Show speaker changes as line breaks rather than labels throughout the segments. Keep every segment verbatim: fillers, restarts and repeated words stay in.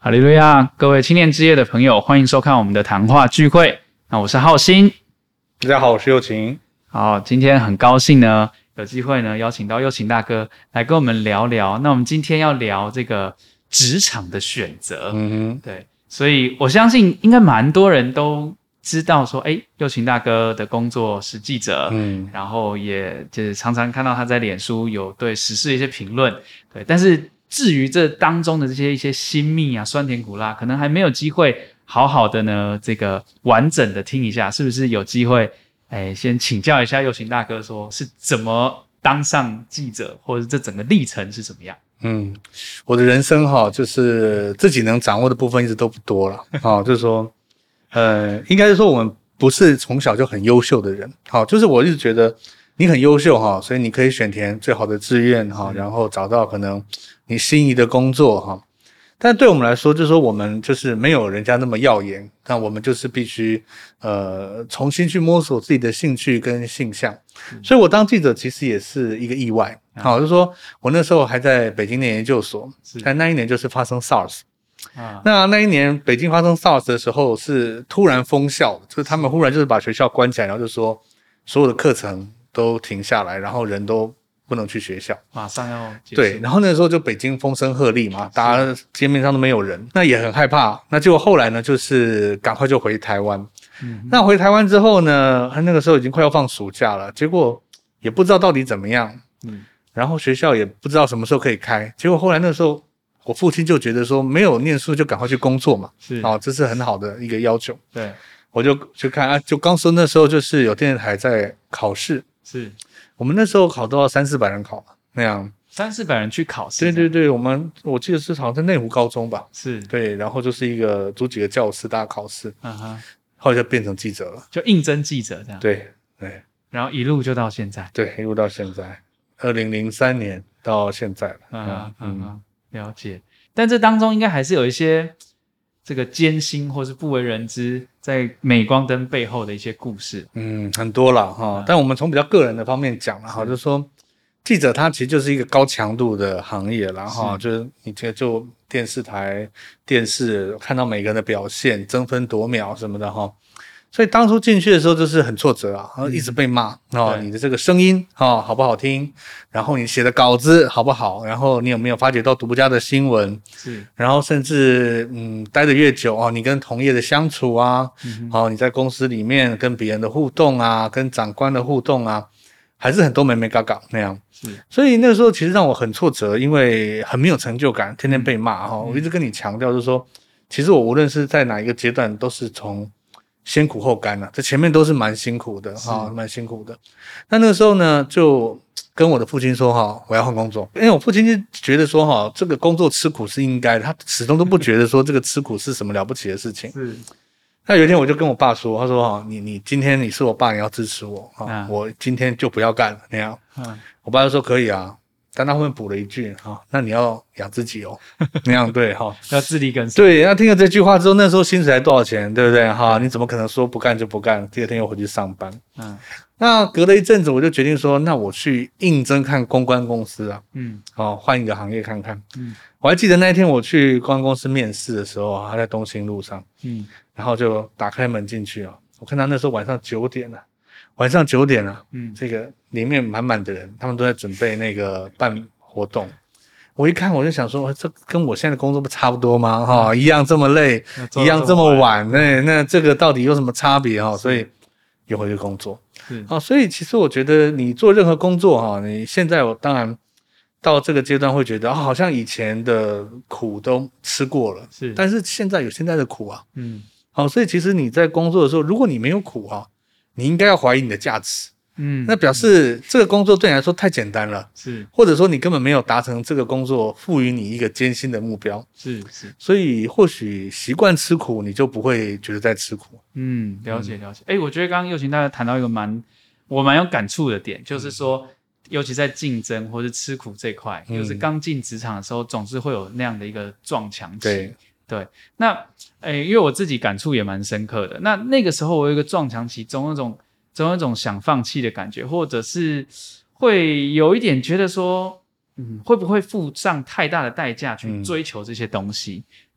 哈利路亚，各位青年之夜的朋友，欢迎收看我们的谈话聚会。那我是浩鑫，
大家好，我是佑晴。
好，今天很高兴呢，有机会呢邀请到佑晴大哥来跟我们聊聊。那我们今天要聊这个职场的选择，
嗯哼，
对，所以我相信应该蛮多人都知道说，哎，佑晴大哥的工作是记者，嗯，然后也就是常常看到他在脸书有对时事的一些评论，对，但是至于这当中的这些一些心秘啊、酸甜苦辣，可能还没有机会好好的呢，这个完整的听一下，是不是有机会？哎，先请教一下佑晴大哥，说是怎么当上记者，或者这整个历程是怎么样？
嗯，我的人生哈，就是自己能掌握的部分一直都不多了，哈，就是说，呃，应该是说我们不是从小就很优秀的人，好，就是我一直觉得你很优秀哈，所以你可以选填最好的志愿哈，然后找到可能你心仪的工作哈。但对我们来说，就是说我们就是没有人家那么耀眼，那我们就是必须呃重新去摸索自己的兴趣跟性向。所以我当记者其实也是一个意外，好，就是说我那时候还在北京念研究所，但那一年就是发生 SARS。啊，那那一年北京发生 SARS 的时候是突然封校，就是他们忽然就是把学校关起来，然后就说所有的课程都停下来，然后人都不能去学校，马
上要结束。
对，然后那时候就北京风声鹤唳嘛，大家街面上都没有人，那也很害怕。那结果后来呢，就是赶快就回台湾。嗯，那回台湾之后呢，那个时候已经快要放暑假了，结果也不知道到底怎么样。嗯，然后学校也不知道什么时候可以开。结果后来那时候，我父亲就觉得说，没有念书就赶快去工作嘛，是，哦，这是很好的一个要求。对，我就去看啊，就刚说那时候就是有电视台在考试，是。我们那时候考都要三四百人考那样，
三四百人去考试。
对对对，我们我记得是好像在内湖高中吧，是对，然后就是一个租几个教室大家考试，嗯哼，后来就变成记者了，
就应征记者这样。
对对，
然后一路就到现在，
对，一路到现在，二零零三年到现在了，
嗯嗯，了解。但这当中应该还是有一些这个艰辛或是不为人知，在镁光灯背后的一些故事，
嗯，很多啦哈、嗯。但我们从比较个人的方面讲啦哈，就是说记者他其实就是一个高强度的行业啦哈，就是你这就电视台、电视看到每个人的表现，争分夺秒什么的哈。所以当初进去的时候就是很挫折啊，然后一直被骂、嗯、哦，你的这个声音哦好不好听，然后你写的稿子好不好，然后你有没有发觉到独家的新闻，是，然后甚至嗯待得越久哦，你跟同业的相处啊，嗯、哦你在公司里面跟别人的互动啊，跟长官的互动啊，还是很多眉眉角角那样，是，所以那个时候其实让我很挫折，因为很没有成就感，天天被骂哈、嗯哦。我一直跟你强调就是说，其实我无论是在哪一个阶段，都是从先苦后甘啊，这前面都是蛮辛苦的哈，蛮辛苦的。那那个时候呢，就跟我的父亲说哈，我要换工作，因为我父亲就觉得说哈，这个工作吃苦是应该的，他始终都不觉得说这个吃苦是什么了不起的事情。是。那有一天我就跟我爸说，他说哈，你你今天你是我爸，你要支持我哈、嗯，我今天就不要干了那样。嗯。我爸就说可以啊。但他后面补了一句哈、哦，那你要养自己哦，那样对哈，
要自力更生。
对，那听了这句话之后，那时候薪水才多少钱，对不对哈？你怎么可能说不干就不干？第二天又回去上班。嗯，那隔了一阵子，我就决定说，那我去应征看公关公司啊，嗯，哦，换一个行业看看。嗯，我还记得那一天我去公关公司面试的时候啊，他在东兴路上，嗯，然后就打开门进去啊，我看到那时候晚上九点了。晚上九点了，嗯，这个里面满满的人，他们都在准备那个办活动。我一看，我就想说，这跟我现在的工作不差不多吗？哈、哦，一样这么累，一样这么晚，那那这个到底有什么差别哈？所以又回去工作。啊、哦，所以其实我觉得你做任何工作哈，你现在我当然到这个阶段会觉得，哦、好像以前的苦都吃过了，是，但是现在有现在的苦啊，嗯，好、哦，所以其实你在工作的时候，如果你没有苦哈、啊。你应该要怀疑你的价值，嗯，那表示这个工作对你来说太简单了，是，或者说你根本没有达成这个工作赋予你一个艰辛的目标，是是，所以或许习惯吃苦，你就不会觉得在吃苦。
嗯，了解了解。哎、嗯，我觉得刚刚佑晴大家谈到一个蛮我蛮有感触的点，就是说，尤其在竞争或是吃苦这块，嗯、就是刚进职场的时候，总是会有那样的一个撞墙期。对。对，那诶，因为我自己感触也蛮深刻的。那那个时候我有一个撞墙期，总有一种总有一种想放弃的感觉，或者是会有一点觉得说，嗯，会不会付上太大的代价去追求这些东西？嗯、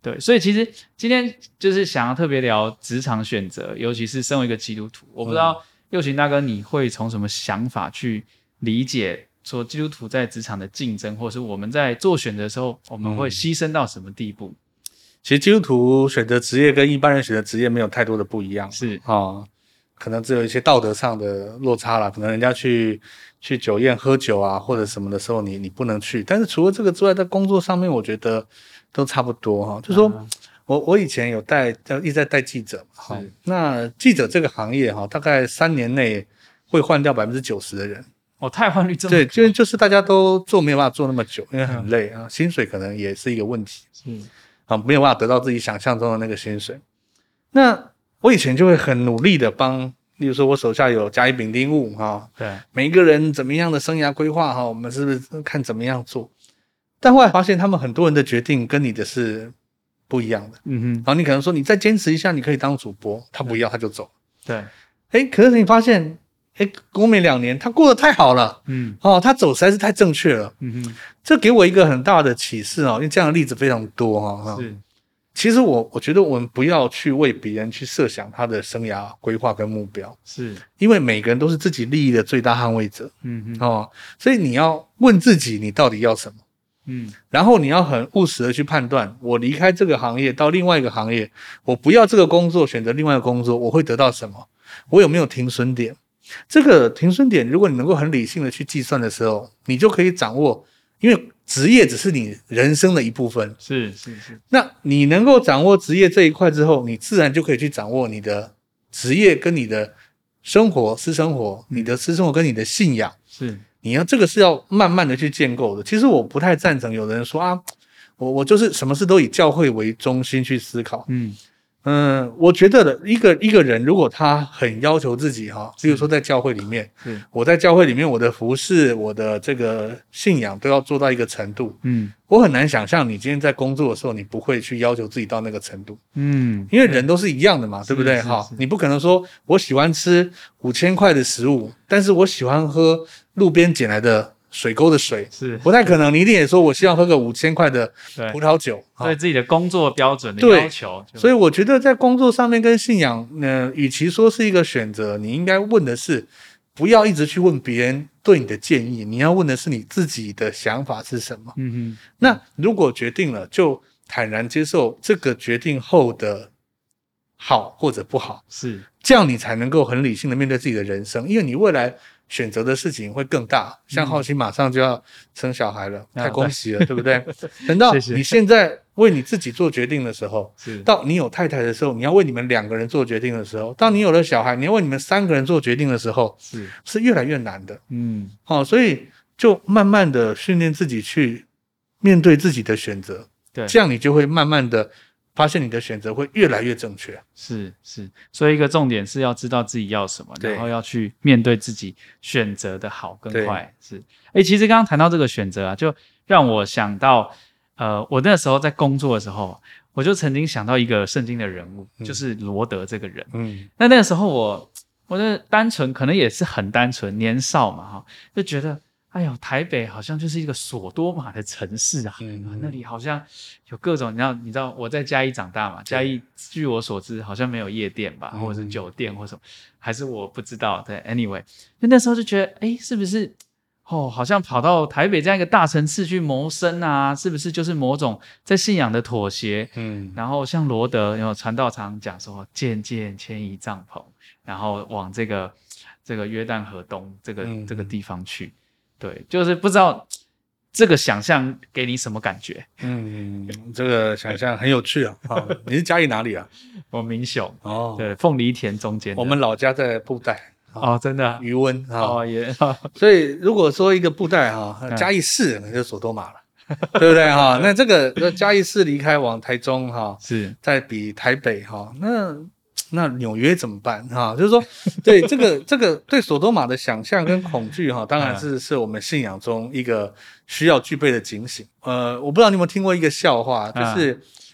对，所以其实今天就是想要特别聊职场选择，尤其是身为一个基督徒，我不知道佑群大哥你会从什么想法去理解说基督徒在职场的竞争，或是我们在做选择的时候，我们会牺牲到什么地步？嗯、
其实基督徒选择职业跟一般人选择职业没有太多的不一样，
是
啊、哦，可能只有一些道德上的落差啦，可能人家去去酒宴喝酒啊或者什么的时候你，你你不能去。但是除了这个之外，在工作上面，我觉得都差不多哈。就说、啊、我我以前有带一直在带记者哈，那记者这个行业哈，大概三年内会换掉百分之九十的人。
哦，汰换率这么
对，就就是大家都做没有办法做那么久，因为很累啊，嗯、薪水可能也是一个问题，嗯啊，没有办法得到自己想象中的那个薪水。那我以前就会很努力的帮。例如说我手下有甲乙丙丁戊哈，对，每一个人怎么样的生涯规划哈，我们是不是看怎么样做？但后来发现他们很多人的决定跟你的是不一样的，嗯哼，然后你可能说你再坚持一下，你可以当主播，他不要他就走，对，哎，可是你发现，哎，过没两年他过得太好了，嗯，哦，他走实在是太正确了，嗯哼，这给我一个很大的启示哦，因为这样的例子非常多哈，是。其实我我觉得我们不要去为别人去设想他的生涯规划跟目标，是因为每个人都是自己利益的最大捍卫者，嗯嗯哦，所以你要问自己你到底要什么，嗯，然后你要很务实的去判断，我离开这个行业到另外一个行业，我不要这个工作选择另外一个工作，我会得到什么？我有没有停损点？这个停损点，如果你能够很理性的去计算的时候，你就可以掌握，因为职业只是你人生的一部分，是是是。那你能够掌握职业这一块之后，你自然就可以去掌握你的职业跟你的生活、私生活，你的私生活跟你的信仰，是你要这个是要慢慢的去建构的。其实我不太赞成有人说啊，我我就是什么事都以教会为中心去思考，嗯。嗯，我觉得一个一个人如果他很要求自己哈，比如说在教会里面，我在教会里面我的服事、我的这个信仰都要做到一个程度，嗯，我很难想象你今天在工作的时候，你不会去要求自己到那个程度，嗯，因为人都是一样的嘛，对不对？哈，你不可能说我喜欢吃五千块的食物，但是我喜欢喝路边捡来的水沟的水，是不太可能。你一定也说我希望喝个五千块的葡萄酒，
对，对自己的工作标准的要求。
所以我觉得在工作上面跟信仰，呃，与其说是一个选择，你应该问的是，不要一直去问别人对你的建议，你要问的是你自己的想法是什么。嗯哼。那如果决定了，就坦然接受这个决定后的好或者不好，是这样，你才能够很理性的面对自己的人生，因为你未来选择的事情会更大，像浩鑫马上就要生小孩了，嗯、太恭喜了， 对, 对不对？等到你现在为你自己做决定的时候，到你有太太的时候，你要为你们两个人做决定的时候，到你有了小孩，你要为你们三个人做决定的时候，是是越来越难的。嗯，好、哦，所以就慢慢的训练自己去面对自己的选择，对，这样你就会慢慢的发现你的选择会越来越正确。
是是，所以一个重点是要知道自己要什么，然后要去面对自己选择的好跟坏。是，哎，其实刚刚谈到这个选择啊，就让我想到，呃，我那时候在工作的时候，我就曾经想到一个圣经的人物，嗯、就是罗德这个人。嗯，那那个时候我，我的单纯可能也是很单纯，年少嘛哈，就觉得。哎呦，台北好像就是一个索多玛的城市啊！嗯、那里好像有各种，你知道，你知道我在嘉义长大嘛？嘉义据我所知，好像没有夜店吧，嗯、或者是酒店或什么，还是我不知道。对 ，anyway， 就那时候就觉得，哎，是不是哦？好像跑到台北这样一个大城市去谋生啊？是不是就是某种在信仰的妥协？嗯，然后像罗德有传道常讲说，渐渐迁移帐篷，然后往这个这个约旦河东这个、嗯、这个地方去。对，就是不知道这个想象给你什么感觉？
嗯，这个想象很有趣啊！好，你是嘉义哪里啊？
我民雄哦，对，凤梨田中间。
我们老家在布袋
哦，真的、啊、
渔温
哦也。
所以如果说一个布袋哈，嘉义市那就是索多玛了，对不对哈？那这个嘉义市离开往台中哈，是再比台北哈，那。那纽约怎么办哈？就是说，对这个这个对索多玛的想象跟恐惧哈，当然是是我们信仰中一个需要具备的警醒。呃，我不知道你有没有听过一个笑话，就是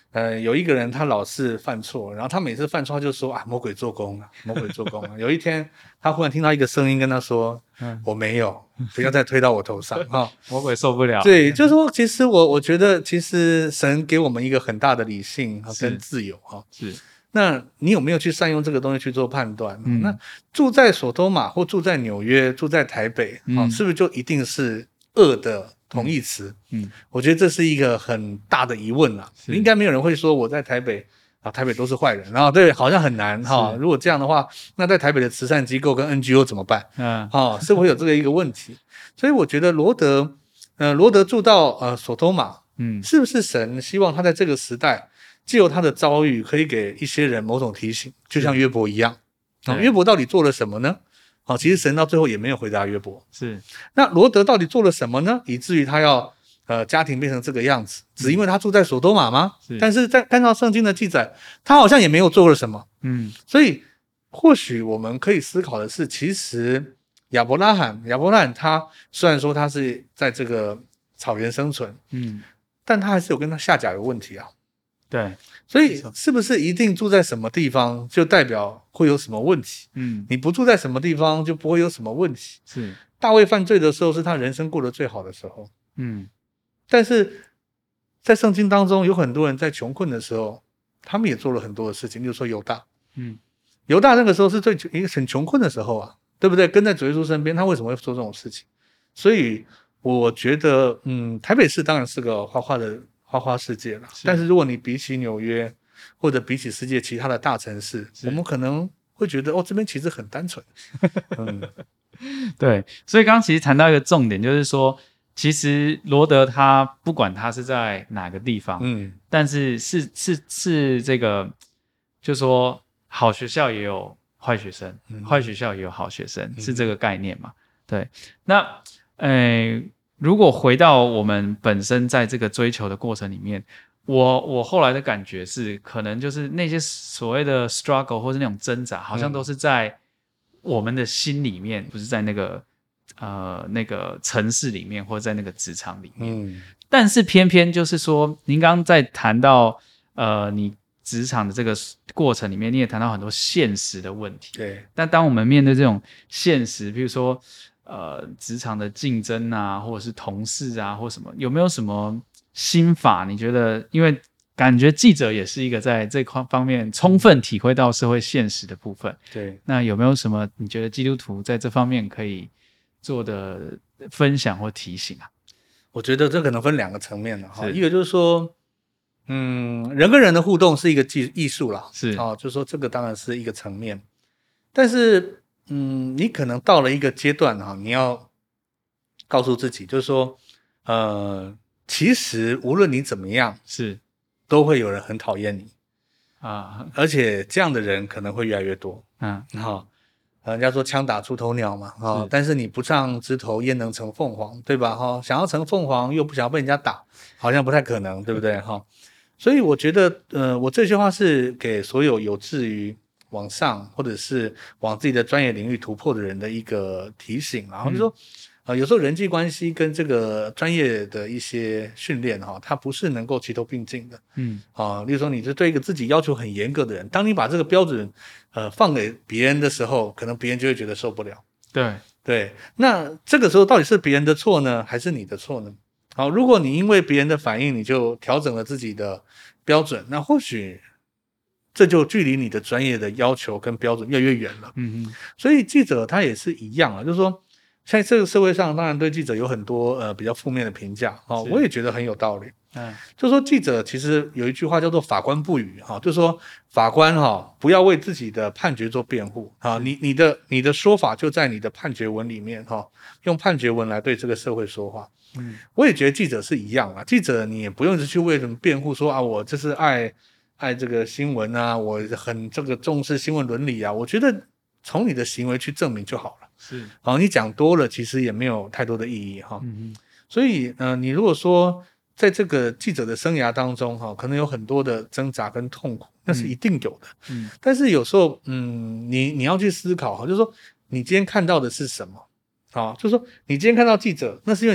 呃，有一个人他老是犯错，然后他每次犯错他就说啊，魔鬼做工啊，魔鬼做工啊。有一天他忽然听到一个声音跟他说，嗯、我没有，不要再推到我头上哈、哦，
魔鬼受不了。
对，就是说，其实我我觉得，其实神给我们一个很大的理性跟自由哈。
是。
那你有没有去善用这个东西去做判断？嗯、那住在索多玛或住在纽约、住在台北，嗯、是不是就一定是恶的同义词？嗯，嗯我觉得这是一个很大的疑问啦。应该没有人会说我在台北啊，台北都是坏人，然后对，好像很难哈。如果这样的话，那在台北的慈善机构跟 N G O 怎么办？嗯，哈、哦，是会有这个一个问题。所以我觉得罗德，呃，罗德住到呃索多玛，嗯，是不是神希望他在这个时代？藉由他的遭遇，可以给一些人某种提醒，就像约伯一样。哦、约伯到底做了什么呢？哦，其实神到最后也没有回答约伯。
是，
那罗德到底做了什么呢？以至于他要呃家庭变成这个样子，只因为他住在索多玛吗？是但是在按照圣经的记载，他好像也没有做了什么。嗯，所以或许我们可以思考的是，其实亚伯拉罕，亚伯拉罕他虽然说他是在这个草原生存，嗯，但他还是有跟他下甲有问题啊。
对，
所以是不是一定住在什么地方就代表会有什么问题？嗯，你不住在什么地方就不会有什么问题。
是
大卫犯罪的时候是他人生过得最好的时候。嗯，但是在圣经当中有很多人在穷困的时候，他们也做了很多的事情，比如说犹大。嗯，犹大那个时候是最一个很穷困的时候啊，对不对？跟在主耶稣身边，他为什么会做这种事情？所以我觉得，嗯，台北市当然是个花花的。花花世界了，但是如果你比起纽约或者比起世界其他的大城市，我们可能会觉得哦，这边其实很单纯。嗯，
对，所以刚刚其实谈到一个重点，就是说，其实罗德他不管他是在哪个地方，嗯，但是是是是这个，就说好学校也有坏学生，嗯、坏学校也有好学生，嗯、是这个概念嘛？对，那呃。如果回到我们本身在这个追求的过程里面，我我后来的感觉是，可能就是那些所谓的 struggle 或是那种挣扎，好像都是在我们的心里面，不是在那个呃那个城市里面，或者在那个职场里面。嗯、但是偏偏就是说，您刚刚在谈到呃你职场的这个过程里面，你也谈到很多现实的问题。
对。
但当我们面对这种现实，比如说。呃，职场的竞争啊，或者是同事啊，或什么，有没有什么心法？你觉得，因为感觉记者也是一个在这块方面充分体会到社会现实的部分。
对，
那有没有什么你觉得基督徒在这方面可以做的分享或提醒啊？
我觉得这可能分两个层面了哈，一个就是说，嗯，人跟人的互动是一个技艺术啦，
是
哦，就是说这个当然是一个层面，但是。嗯，你可能到了一个阶段哈，你要告诉自己，就是说，呃，其实无论你怎么样，
是
都会有人很讨厌你
啊，
而且这样的人可能会越来越多。嗯，哈，人家说枪打出头鸟嘛，哈，但是你不上枝头焉能成凤凰，对吧？哈，想要成凤凰又不想要被人家打，好像不太可能，对不对？哈，所以我觉得，呃，我这句话是给所有有志于。往上或者是往自己的专业领域突破的人的一个提醒，然后就说，嗯、呃，有时候人际关系跟这个专业的一些训练哈，它不是能够齐头并进的，嗯，啊，例如说你是对一个自己要求很严格的人，当你把这个标准呃放给别人的时候，可能别人就会觉得受不了，
对
对，那这个时候到底是别人的错呢，还是你的错呢？好，如果你因为别人的反应你就调整了自己的标准，那或许。这就距离你的专业的要求跟标准越来越远了。嗯嗯，所以记者他也是一样啊，就是说，在这个社会上，当然对记者有很多呃比较负面的评价哦，我也觉得很有道理。嗯，就是说记者其实有一句话叫做“法官不语”哈，就是说法官哈不要为自己的判决做辩护啊，你你的你的说法就在你的判决文里面哈，用判决文来对这个社会说话。嗯，我也觉得记者是一样啊，记者你也不用去为什么辩护说啊，我这是爱。爱这个新闻啊，我很这个重视新闻伦理啊，我觉得从你的行为去证明就好了。
是，
好，你讲多了其实也没有太多的意义哈。嗯嗯。所以呃，你如果说在这个记者的生涯当中哈，可能有很多的挣扎跟痛苦，那是一定有的。嗯。但是有时候嗯，你你要去思考哈，就是说你今天看到的是什么？啊，就是说你今天看到记者，那是因为你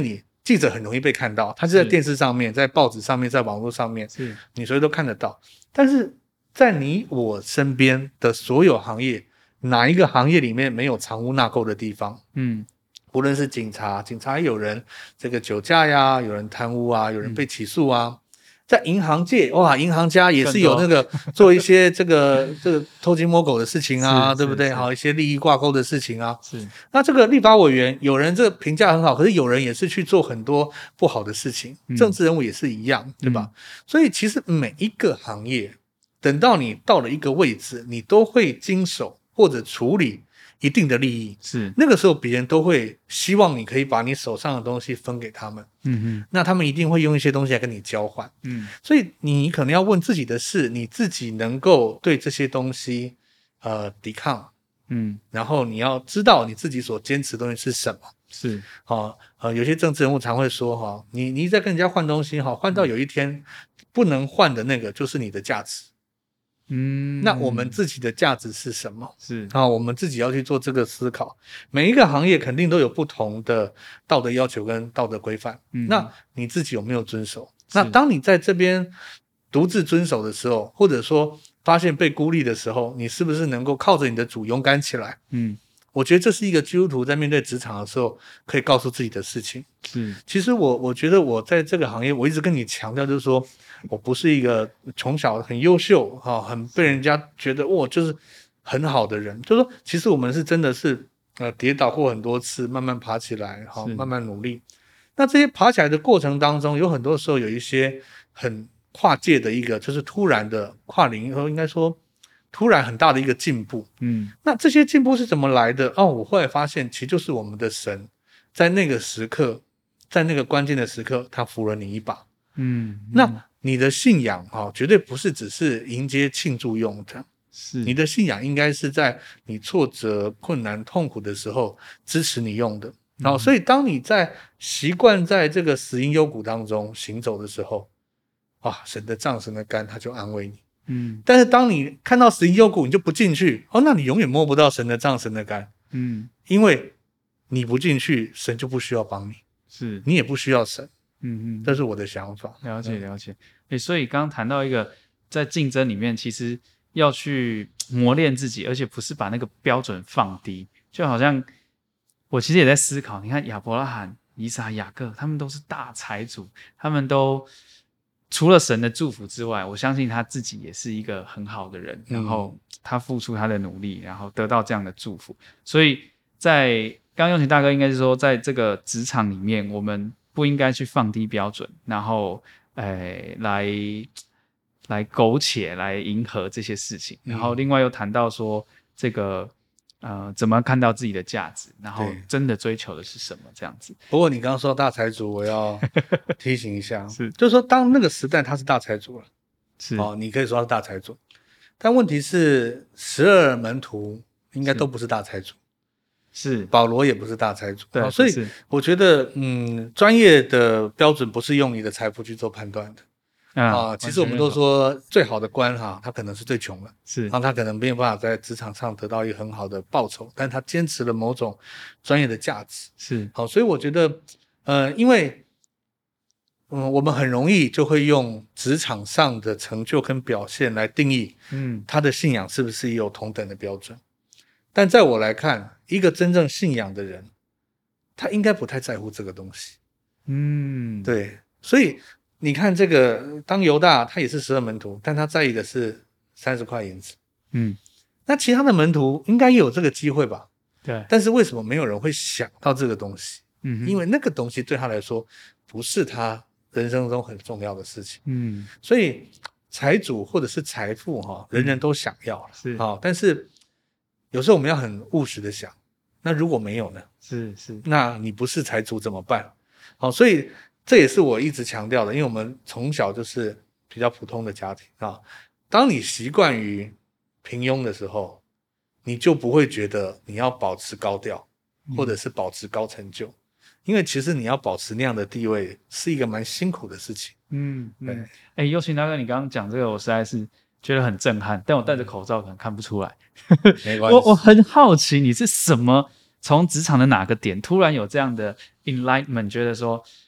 记者很容易被看到，他是在电视上面，在报纸上面，在网络上面，是你随时都看得到。但是在你我身边的所有行业，哪一个行业里面没有藏污纳垢的地方？嗯，无论是警察，警察有人这个酒驾呀，有人贪污啊，有人被起诉啊。嗯，在银行界，哇，银行家也是有那个做一些这个这个偷鸡摸狗的事情啊，对不对？好，一些利益挂钩的事情啊。是。那这个立法委员，有人这个评价很好，可是有人也是去做很多不好的事情。嗯，政治人物也是一样，对吧？嗯，所以其实每一个行业，等到你到了一个位置，你都会经手或者处理一定的利益，是那个时候别人都会希望你可以把你手上的东西分给他们，嗯嗯，那他们一定会用一些东西来跟你交换，嗯，所以你可能要问自己的是，你自己能够对这些东西呃抵抗，嗯，然后你要知道你自己所坚持的东西是什么，是，哦，呃，有些政治人物常会说哈、哦，你你一直在跟人家换东西哈、哦，换到有一天不能换的那个就是你的价值。嗯，那我们自己的价值是什么？是啊，我们自己要去做这个思考。每一个行业肯定都有不同的道德要求跟道德规范，嗯，那你自己有没有遵守？那当你在这边独自遵守的时候，或者说发现被孤立的时候，你是不是能够靠着你的主勇敢起来？嗯，我觉得这是一个基督徒在面对职场的时候可以告诉自己的事情。是，其实我我觉得我在这个行业，我一直跟你强调，就是说我不是一个从小很优秀、哦、很被人家觉得哇就是很好的人，就是说其实我们是真的是呃跌倒过很多次，慢慢爬起来，好、哦、慢慢努力。那这些爬起来的过程当中，有很多时候有一些很跨界的一个，就是突然的跨领域，应该说突然很大的一个进步。嗯，那这些进步是怎么来的？哦，我后来发现，其实就是我们的神在那个时刻，在那个关键的时刻，他扶了你一把。嗯，那你的信仰啊、哦，绝对不是只是迎接庆祝用的，是你的信仰应该是在你挫折、困难、痛苦的时候支持你用的。然后、哦，所以当你在习惯在这个死荫幽谷当中行走的时候，啊，神的杖、神的竿，他就安慰你。嗯，但是当你看到死荫幽谷，你就不进去，哦，那你永远摸不到神的杖、神的竿。嗯，因为你不进去，神就不需要帮你，是你也不需要神。嗯嗯，这是我的想法。
了解了解。诶，所以刚刚谈到一个在竞争里面，其实要去磨练自己，而且不是把那个标准放低，就好像我其实也在思考，你看亚伯拉罕、以撒、雅各，他们都是大财主，他们都除了神的祝福之外，我相信他自己也是一个很好的人，然后他付出他的努力，然后得到这样的祝福。所以在刚刚用情大哥应该是说，在这个职场里面，我们不应该去放低标准，然后诶来来苟且来迎合这些事情。然后另外又谈到说这个呃怎么看到自己的价值，然后真的追求的是什么这样子。
不过你刚刚说大财主，我要提醒一下，是就是说当那个时代他是大财主了，是哦，你可以说他是大财主，但问题是十二门徒应该都不是大财主。是保罗也不是大财主，对、哦，所以我觉得，嗯，专业的标准不是用你的财富去做判断的啊、呃。其实我们都说最好的官哈，他可能是最穷的，是，然后他可能没有办法在职场上得到一个很好的报酬，但他坚持了某种专业的价值，是好、哦。所以我觉得，呃，因为，嗯，我们很容易就会用职场上的成就跟表现来定义，嗯，他的信仰是不是也有同等的标准。但在我来看，一个真正信仰的人，他应该不太在乎这个东西。嗯，对，所以你看这个，当犹大他也是十二门徒，但他在意的是三十块银子。嗯，那其他的门徒应该也有这个机会吧？对，但是为什么没有人会想到这个东西？嗯，因为那个东西对他来说不是他人生中很重要的事情。嗯，所以财主或者是财富哈，人人都想要了，是啊，但是有时候我们要很务实的想，那如果没有呢？是是，那你不是财主怎么办？好，所以这也是我一直强调的，因为我们从小就是比较普通的家庭啊。当你习惯于平庸的时候，你就不会觉得你要保持高调，或者是保持高成就，嗯、因为其实你要保持那样的地位是一个蛮辛苦的事情。嗯，对。
哎，尤其大哥，你刚刚讲这个，我实在是觉得很震撼，但我戴着口罩可能看不出来。
没关系，
我我很好奇，你是什么从职场的哪个点突然有这样的 enlightenment， 觉得说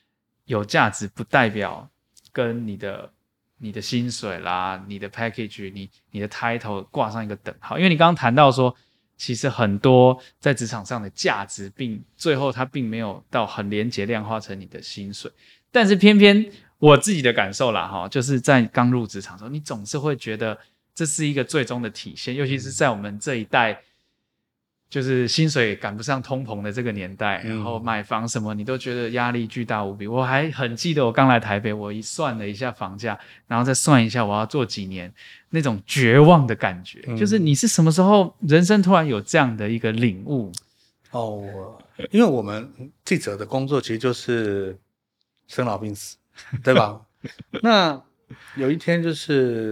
有价值不代表跟你的你的薪水啦、你的 package、你你的 title 挂上一个等号，因为你刚刚谈到说，其实很多在职场上的价值并最后它并没有到很连结量化成你的薪水，但是偏偏我自己的感受啦哈，就是在刚入职场的时候，你总是会觉得这是一个最终的体现，尤其是在我们这一代。就是薪水赶不上通膨的这个年代，然后买房什么你都觉得压力巨大无比。我还很记得我刚来台北，我一算了一下房价，然后再算一下我要做几年，那种绝望的感觉。嗯、就是你是什么时候人生突然有这样的一个领悟？
哦，因为我们记者的工作其实就是生老病死，对吧？那有一天就是，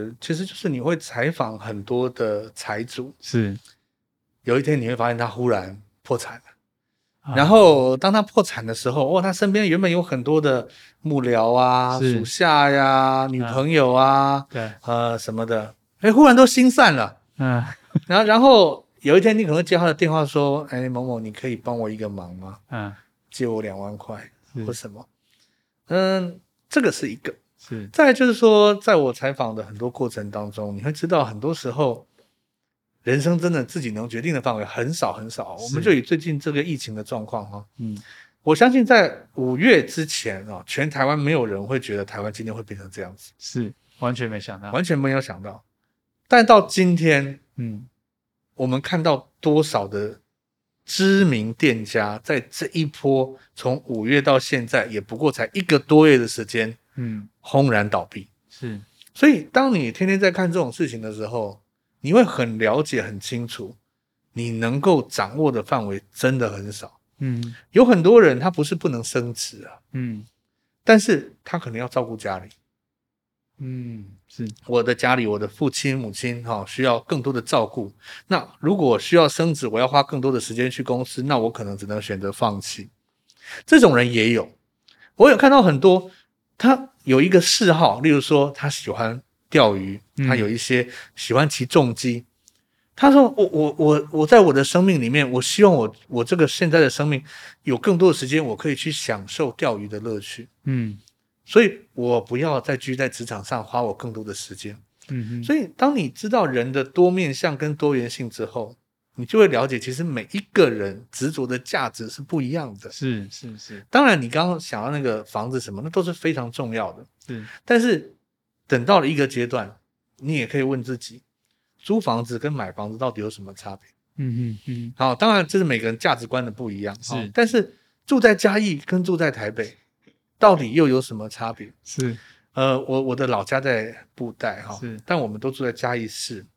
其实就是你会采访很多的财主，
是。
有一天你会发现他忽然破产了，啊、然后当他破产的时候，哇，他身边原本有很多的幕僚啊、属下呀、女朋友啊，
对、啊，
呃什么的，哎，忽然都心散了。嗯，然后然后有一天你可能会接他的电话说，哎，某某，你可以帮我一个忙吗？嗯，借我两万块或什么？嗯，这个是一个。
是。
再来就是说，在我采访的很多过程当中，你会知道很多时候。人生真的自己能决定的范围很少很少，我们就以最近这个疫情的状况哈，嗯，我相信在五月之前啊，全台湾没有人会觉得台湾今天会变成这样子，
是完全没想到，
完全没有想到。但到今天，嗯，我们看到多少的知名店家在这一波从五月到现在，也不过才一个多月的时间，嗯，轰然倒闭。
是，
所以当你天天在看这种事情的时候，你会很了解很清楚，你能够掌握的范围真的很少。嗯，有很多人他不是不能升职啊，嗯，但是他可能要照顾家里。嗯，是我的家里，我的父亲母亲哈、哦、需要更多的照顾。那如果需要升职，我要花更多的时间去公司，那我可能只能选择放弃。这种人也有，我有看到很多，他有一个嗜好，例如说他喜欢钓鱼，他有一些喜欢骑重机。嗯、他说我我我我在我的生命里面，我希望我我这个现在的生命有更多的时间，我可以去享受钓鱼的乐趣。嗯，所以我不要再居在职场上花我更多的时间。嗯哼，所以当你知道人的多面向跟多元性之后，你就会了解，其实每一个人执着的价值是不一样的。
是是是，
当然你刚刚想到那个房子什么，那都是非常重要的。
是，
但是等到了一个阶段，你也可以问自己，租房子跟买房子到底有什么差别？嗯嗯嗯。好，当然这是每个人价值观的不一样。是，但是住在嘉义跟住在台北，到底又有什么差别？
是，
呃，我我的老家在布袋哈，是，但我们都住在嘉义市。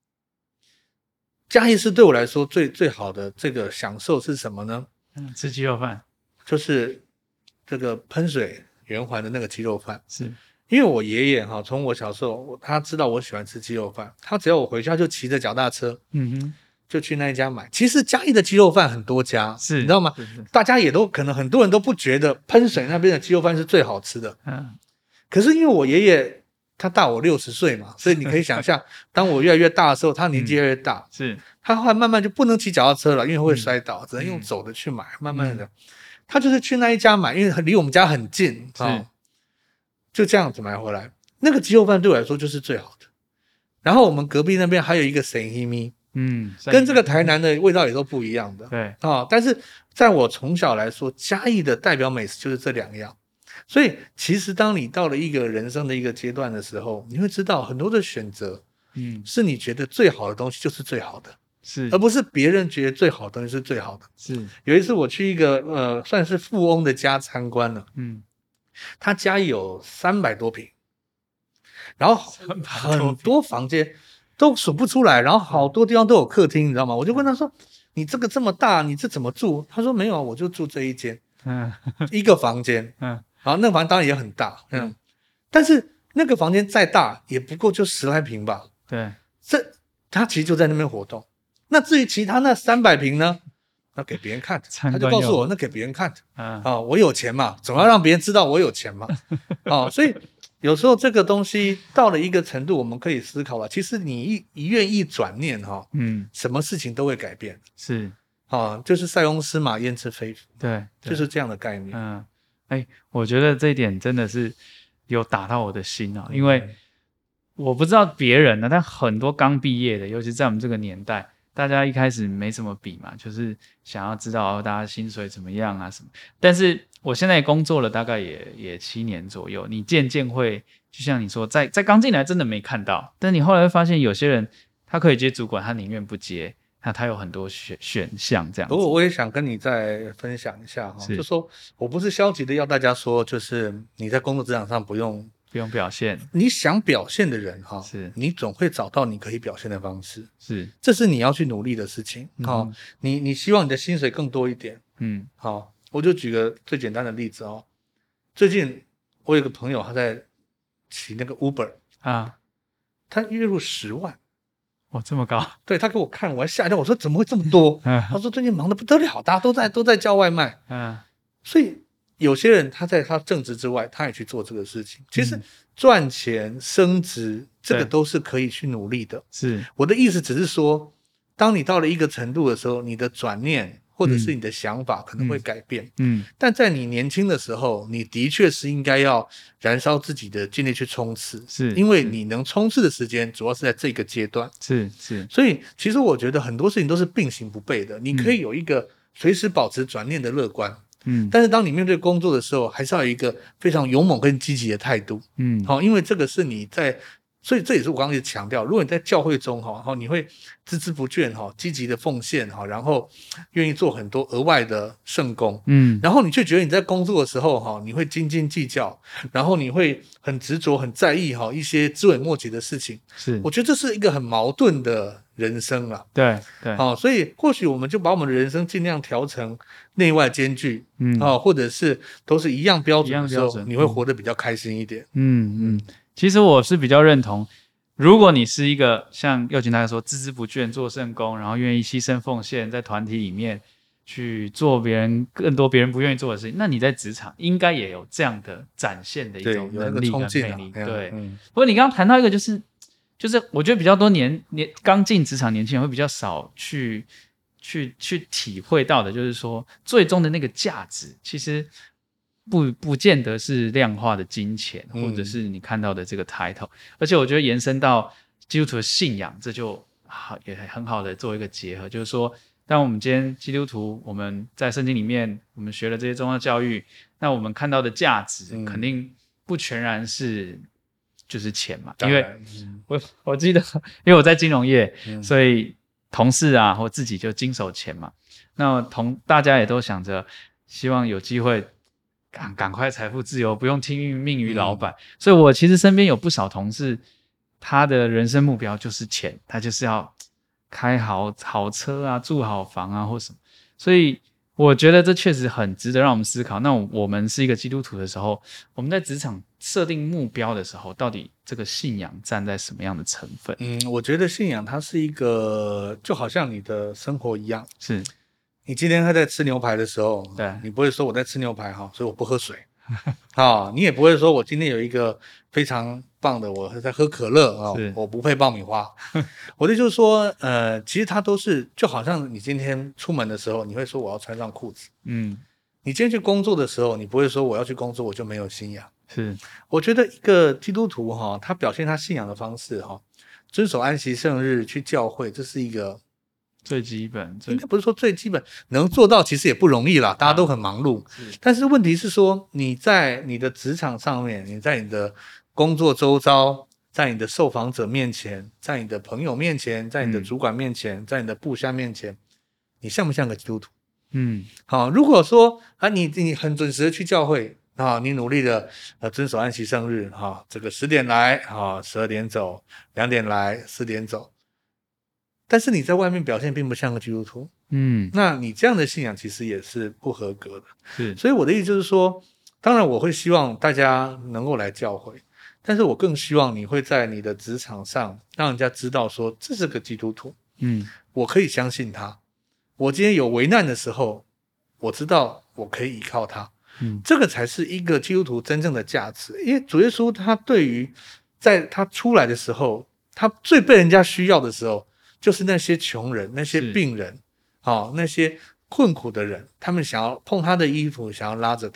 嘉义市对我来说最最好的这个享受是什么呢？
嗯，吃鸡肉饭，
就是这个喷水圆环的那个鸡肉饭。
是。
因为我爷爷哈，从我小时候，他知道我喜欢吃鸡肉饭，他只要我回家就骑着脚踏车，嗯哼，就去那一家买。其实嘉义的鸡肉饭很多家，
是，
你知道吗？是是，大家也都可能很多人都不觉得喷水那边的鸡肉饭是最好吃的，嗯。可是因为我爷爷他大我六十岁嘛，所以你可以想象，当我越来越大的时候，他年纪越来越大，
嗯、是，
他后来慢慢就不能骑脚踏车了，因为会摔倒，嗯、只能用走的去买。慢慢的，嗯、他就是去那一家买，因为离我们家很近，是。哦，就这样子买回来，那个鸡肉饭对我来说就是最好的。然后我们隔壁那边还有一个神希咪，嗯，跟这个台南的味道也都不一样的。
对啊、
哦，但是在我从小来说，嘉义的代表美食就是这两样。所以其实当你到了一个人生的一个阶段的时候，你会知道很多的选择，嗯，是你觉得最好的东西就是最好的，
是，
而不是别人觉得最好的东西是最好的。
是。有
一次我去一个呃算是富翁的家参观了，嗯。他家有三百多坪，然后很多房间都数不出来，然后好多地方都有客厅，你知道吗？我就问他说：“你这个这么大，你这怎么住？”他说：“没有，我就住这一间，嗯，一个房间，嗯，然后那个房间当然也很大，嗯，但是那个房间再大也不过就十来坪吧，
对，
这他其实就在那边活动。那至于其他那三百坪呢？”那给别人看的，他就告诉我，那给别人看的，啊、哦，我有钱嘛，总要让别人知道我有钱嘛，哦，所以有时候这个东西到了一个程度，我们可以思考吧。其实你一一愿意转念哈，嗯，什么事情都会改变，
是，
啊、哦，就是塞翁失马焉知非福，
对，
就是这样的概念，
嗯。 哎，我觉得这一点真的是有打到我的心啊，因为我不知道别人呢，但很多刚毕业的，尤其在我们这个年代，大家一开始没什么比嘛，就是想要知道、哦、大家薪水怎么样啊什么。但是我现在工作了大概也也七年左右，你渐渐会，就像你说，在在刚进来真的没看到，但你后来会发现有些人他可以接主管，他宁愿不接。那他有很多选选项这样子。
不过我也想跟你再分享一下哈，就说我不是消极的要大家说，就是你在工作职场上不用
不用表现，
你想表现的人哈，
是
你总会找到你可以表现的方式，
是，这
是你要去努力的事情。好、嗯，你你希望你的薪水更多一点，嗯，好，我就举个最简单的例子哦。最近我有个朋友他在骑那个 Uber 啊，他月入十万。
哇，这么高！
对，他给我看，我还吓一跳，我说怎么会这么多？嗯、他说最近忙得不得了，大家都在都在叫外卖。嗯，所以有些人他在他正职之外，他也去做这个事情。其实赚钱、升职，这个都是可以去努力的。
是
我的意思，只是说，当你到了一个程度的时候，你的转念或者是你的想法可能会改变。嗯，嗯但在你年轻的时候，你的确是应该要燃烧自己的精力去冲刺，
是
因为你能冲刺的时间主要是在这个阶段。
是是，
所以其实我觉得很多事情都是并行不悖的。你可以有一个随时保持转念的乐观，嗯，但是当你面对工作的时候，还是要有一个非常勇猛跟积极的态度，嗯，好，因为这个是你在。所以这也是我刚刚一直强调，如果你在教会中哈，你会孜孜不倦哈，积极的奉献哈，然后愿意做很多额外的圣工，嗯，然后你却觉得你在工作的时候哈，你会斤斤计较，然后你会很执着、很在意哈一些枝微末节的事情，
是，
我觉得这是一个很矛盾的人生啊。
对对，
好、哦，所以或许我们就把我们的人生尽量调成内外兼具，嗯，哦，或者是都是一样标准的时候，你会活得比较开心一点。
嗯嗯。其实我是比较认同，如果你是一个像佑琴大哥说孜孜不倦做圣工，然后愿意牺牲奉献，在团体里面去做别人更多别人不愿意做的事情，那你在职场应该也有这样的展现的一种能力跟魅力。对，对嗯、不过你刚刚谈到一个，就是就是我觉得比较多年年刚进职场年轻人会比较少去去去体会到的，就是说最终的那个价值，其实。不不见得是量化的金钱，或者是你看到的这个 title，嗯、而且我觉得延伸到基督徒的信仰，这就好也很好的做一个结合，就是说，当我们今天基督徒，我们在圣经里面，我们学了这些宗教教育，那我们看到的价值，嗯、肯定不全然是就是钱嘛，因为我我记得，因为我在金融业，嗯、所以同事啊或自己就经手钱嘛，那同大家也都想着希望有机会。赶赶快财富自由，不用听命于老板。嗯、所以我其实身边有不少同事，他的人生目标就是钱，他就是要开好好车啊，住好房啊，或什么。所以我觉得这确实很值得让我们思考。那我们是一个基督徒的时候，我们在职场设定目标的时候，到底这个信仰占在什么样的成分？
嗯，我觉得信仰它是一个，就好像你的生活一样，
是。
你今天还在吃牛排的时候，
对，
你不会说我在吃牛排哈，所以我不喝水，啊，你也不会说我今天有一个非常棒的，我在喝可乐啊，我不配爆米花。我的就是说，呃，其实它都是就好像你今天出门的时候，你会说我要穿上裤子，嗯，你今天去工作的时候，你不会说我要去工作我就没有信仰。
是，
我觉得一个基督徒哈，他表现他信仰的方式哈，遵守安息圣日，去教会，这是一个。
最基本，
应该不是说最基本，能做到其实也不容易啦，大家都很忙碌。啊、是但是问题是说，你在你的职场上面，你在你的工作周遭，在你的受访者面前，在你的朋友面前，在你的主管面前，嗯、在你的部下面前，你像不像个基督徒？嗯，好，如果说啊，你你很准时的去教会啊，你努力的呃遵守安息圣日哈，这个十点来啊，十二点走，两点来，四点走。但是你在外面表现并不像个基督徒，嗯，那你这样的信仰其实也是不合格的。
是，
所以我的意思就是说，当然我会希望大家能够来教会，但是我更希望你会在你的职场上让人家知道说这是个基督徒，嗯，我可以相信他，我今天有危难的时候，我知道我可以依靠他，嗯，这个才是一个基督徒真正的价值。因为主耶稣他对于在他出来的时候，他最被人家需要的时候。就是那些穷人，那些病人，哦，那些困苦的人，他们想要碰他的衣服，想要拉着他。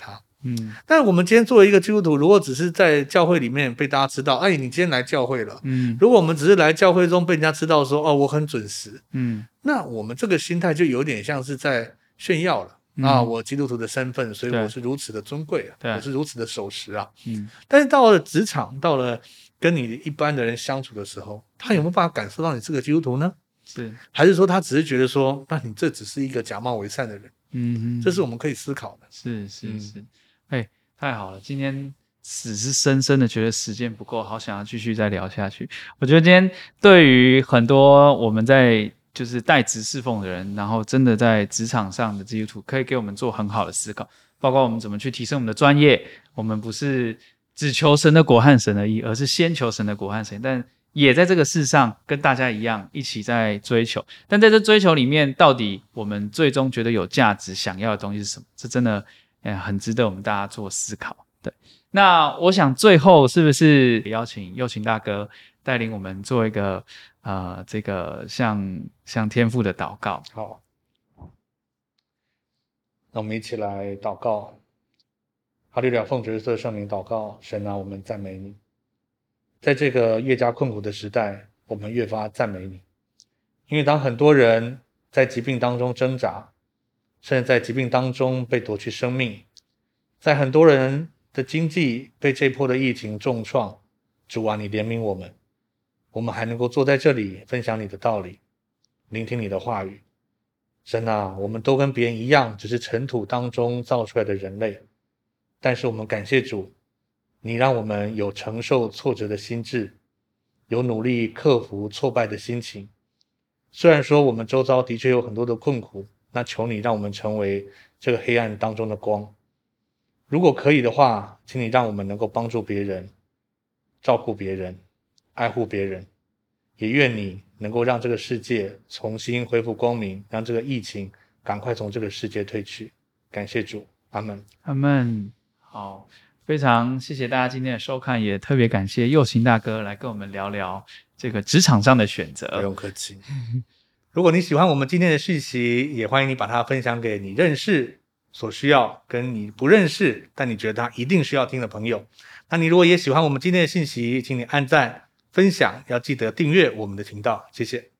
嗯，但是我们今天作为一个基督徒，如果只是在教会里面被大家知道，哎，你今天来教会了，嗯，如果我们只是来教会中被人家知道说，哦，我很准时，嗯，那我们这个心态就有点像是在炫耀了。嗯、啊，我基督徒的身份，所以我是如此的尊贵啊，我是如此的守时啊。嗯，但是到了职场，到了跟你一般的人相处的时候，他有没有办法感受到你是个基督徒呢？
是，
还是说他只是觉得说，那你这只是一个假冒伪善的人？嗯，这是我们可以思考的。
是是是，哎、嗯，太好了，今天只是深深的觉得时间不够，好想要继续再聊下去。我觉得今天对于很多我们在就是代职侍奉的人，然后真的在职场上的基督徒，可以给我们做很好的思考，包括我们怎么去提升我们的专业。我们不是只求神的国和神的义，而是先求神的国和神，但也在这个世上跟大家一样一起在追求。但在这追求里面，到底我们最终觉得有价值、想要的东西是什么？这真的、呃、很值得我们大家做思考。对，那我想最后是不是邀请佑琴大哥带领我们做一个呃这个向向天父的祷告？
好，那我们一起来祷告。哈利路亚，奉主耶稣的圣名祷告，神啊，我们赞美你。在这个越加困苦的时代，我们越发赞美你，因为当很多人在疾病当中挣扎，甚至在疾病当中被夺去生命，在很多人的经济被这波的疫情重创，主啊，你怜悯我们，我们还能够坐在这里分享你的道理，聆听你的话语。神啊，我们都跟别人一样，只是尘土当中造出来的人类，但是我们感谢主，你让我们有承受挫折的心智，有努力克服挫败的心情。虽然说我们周遭的确有很多的困苦，那求你让我们成为这个黑暗当中的光。如果可以的话，请你让我们能够帮助别人，照顾别人，爱护别人。也愿你能够让这个世界重新恢复光明，让这个疫情赶快从这个世界退去。感谢主，阿们，
阿们。好，非常谢谢大家今天的收看，也特别感谢佑琴大哥来跟我们聊聊这个职场上的选择。
不用客气。如果你喜欢我们今天的讯息，也欢迎你把它分享给你认识所需要跟你不认识但你觉得他一定需要听的朋友。那你如果也喜欢我们今天的信息，请你按赞分享，要记得订阅我们的频道，谢谢。